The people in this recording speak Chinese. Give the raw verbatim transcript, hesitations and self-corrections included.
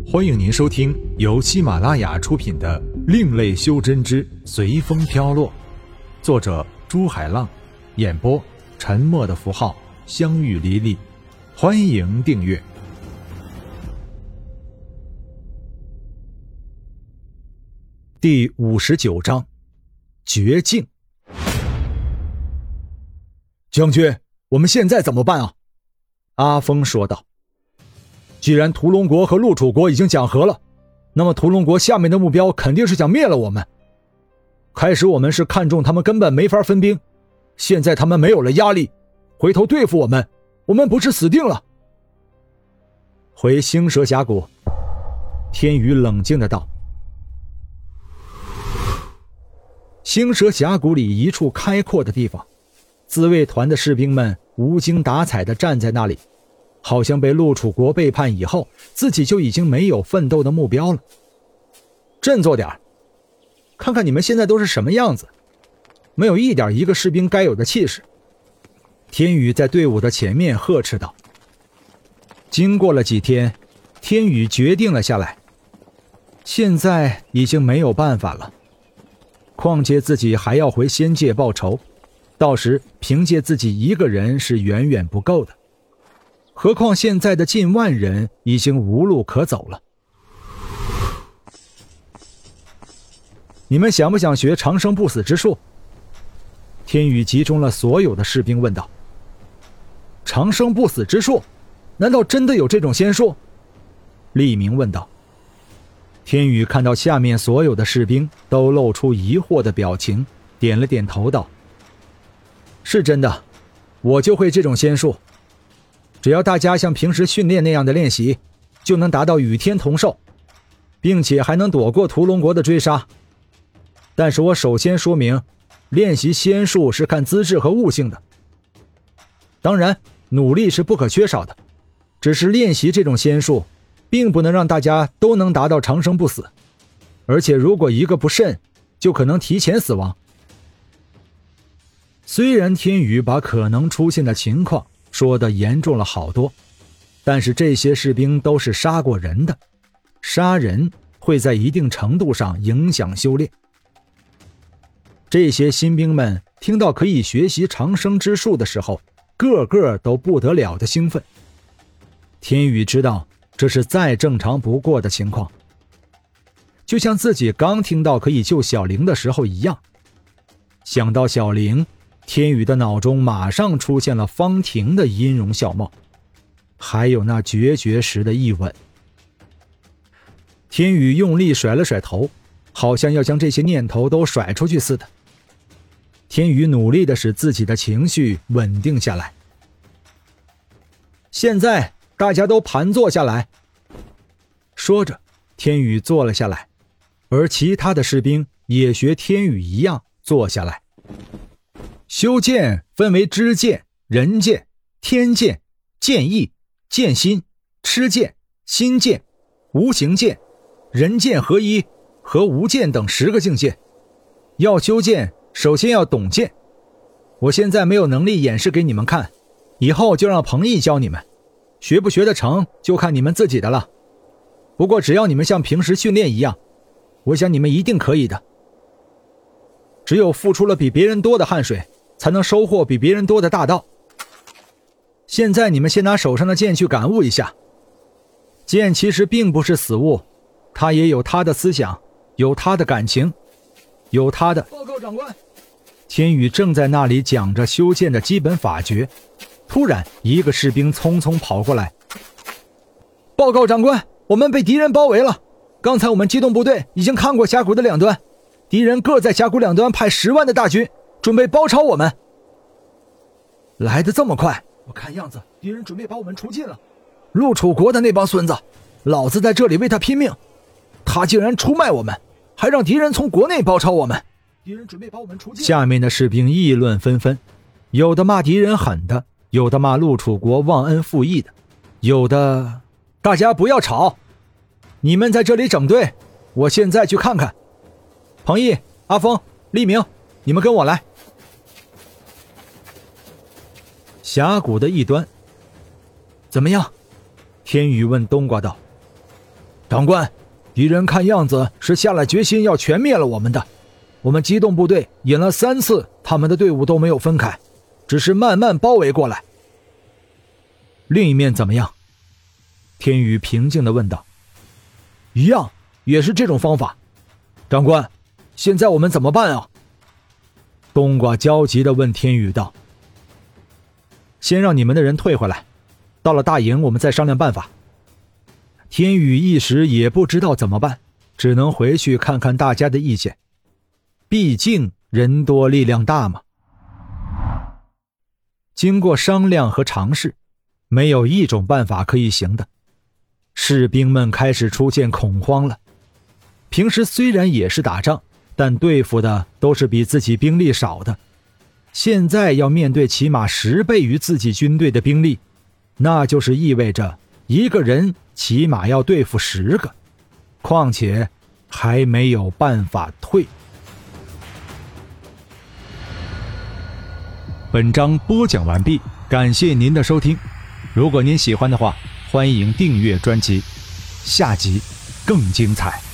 欢迎您收听由喜马拉雅出品的《另类修真之随风飘落》，作者朱海浪，演播沉默的符号，相遇离离。欢迎订阅。第五十九章，绝境。将军，我们现在怎么办啊？阿峰说道。既然屠龙国和陆楚国已经讲和了，那么屠龙国下面的目标肯定是想灭了我们。开始我们是看中他们根本没法分兵，现在他们没有了压力，回头对付我们，我们不是死定了。回星蛇峡谷，天宇冷静的道。星蛇峡谷里一处开阔的地方，自卫团的士兵们无精打采地站在那里，好像被陆楚国背叛以后，自己就已经没有奋斗的目标了。振作点，看看你们现在都是什么样子，没有一点一个士兵该有的气势。天宇在队伍的前面呵斥道。经过了几天，天宇决定了下来，现在已经没有办法了，况且自己还要回仙界报仇，到时凭借自己一个人是远远不够的，何况现在的近万人已经无路可走了。你们想不想学长生不死之术？天宇集中了所有的士兵问道。长生不死之术？难道真的有这种仙术？厉明问道。天宇看到下面所有的士兵都露出疑惑的表情，点了点头道：是真的，我就会这种仙术，只要大家像平时训练那样的练习，就能达到与天同寿，并且还能躲过屠龙国的追杀。但是我首先说明，练习仙术是看资质和悟性的，当然努力是不可缺少的，只是练习这种仙术并不能让大家都能达到长生不死，而且如果一个不慎，就可能提前死亡。虽然天宇把可能出现的情况说得严重了好多，但是这些士兵都是杀过人的，杀人会在一定程度上影响修炼。这些新兵们听到可以学习长生之术的时候，个个都不得了的兴奋。天宇知道这是再正常不过的情况，就像自己刚听到可以救小玲的时候一样。想到小玲，天宇的脑中马上出现了方婷的音容笑貌，还有那决绝时的一吻。天宇用力甩了甩头，好像要将这些念头都甩出去似的。天宇努力地使自己的情绪稳定下来。现在大家都盘坐下来。说着，天宇坐了下来，而其他的士兵也学天宇一样坐下来。修剑分为知剑、人剑、天剑、剑意、剑心、吃剑、心剑、无形剑、人剑合一和无剑等十个境界。要修剑，首先要懂剑。我现在没有能力演示给你们看，以后就让彭毅教你们，学不学得成就看你们自己的了。不过只要你们像平时训练一样，我想你们一定可以的。只有付出了比别人多的汗水，才能收获比别人多的大道。现在你们先拿手上的剑去感悟一下，剑其实并不是死物，它也有它的思想，有它的感情，有它的……报告长官。天宇正在那里讲着修剑的基本法诀，突然一个士兵匆匆跑过来。报告长官，我们被敌人包围了，刚才我们机动部队已经看过峡谷的两端，敌人各在峡谷两端派十万的大军，准备包抄我们。来得这么快，我看样子敌人准备把我们除尽了。陆楚国的那帮孙子，老子在这里为他拼命，他竟然出卖我们，还让敌人从国内包抄我们。敌人准备把我们除尽。下面的士兵议论纷纷，有的骂敌人狠的，有的骂陆楚国忘恩负义的，有的……大家不要吵，你们在这里整队，我现在去看看。彭毅、阿峰、厉明，你们跟我来。峡谷的一端，怎么样？天宇问冬瓜道。 长官，敌人看样子是下了决心要全灭了我们的。我们机动部队引了三次，他们的队伍都没有分开，只是慢慢包围过来。另一面怎么样？天宇平静地问道。一样，也是这种方法。长官，现在我们怎么办啊？冬瓜焦急地问天宇道。先让你们的人退回来，到了大营我们再商量办法。天宇一时也不知道怎么办，只能回去看看大家的意见，毕竟人多力量大嘛。经过商量和尝试，没有一种办法可以行的，士兵们开始出现恐慌了。平时虽然也是打仗，但对付的都是比自己兵力少的，现在要面对起码十倍于自己军队的兵力，那就是意味着一个人起码要对付十个，况且还没有办法退。本章播讲完毕，感谢您的收听。如果您喜欢的话，欢迎订阅专辑，下集更精彩。